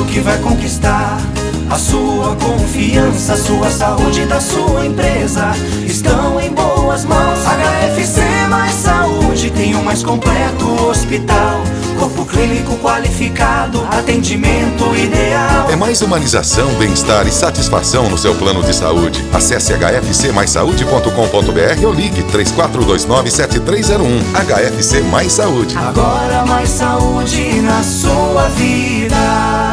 tudo que vai conquistar. A sua confiança, a sua saúde e da sua empresa estão em boas mãos. HFC Mais Saúde tem o mais completo hospital, corpo clínico qualificado, atendimento ideal. É mais humanização, bem-estar e satisfação no seu plano de saúde. Acesse hfcmaissaude.com.br ou ligue 3429-7301. HFC Mais Saúde. Agora mais saúde na sua vida.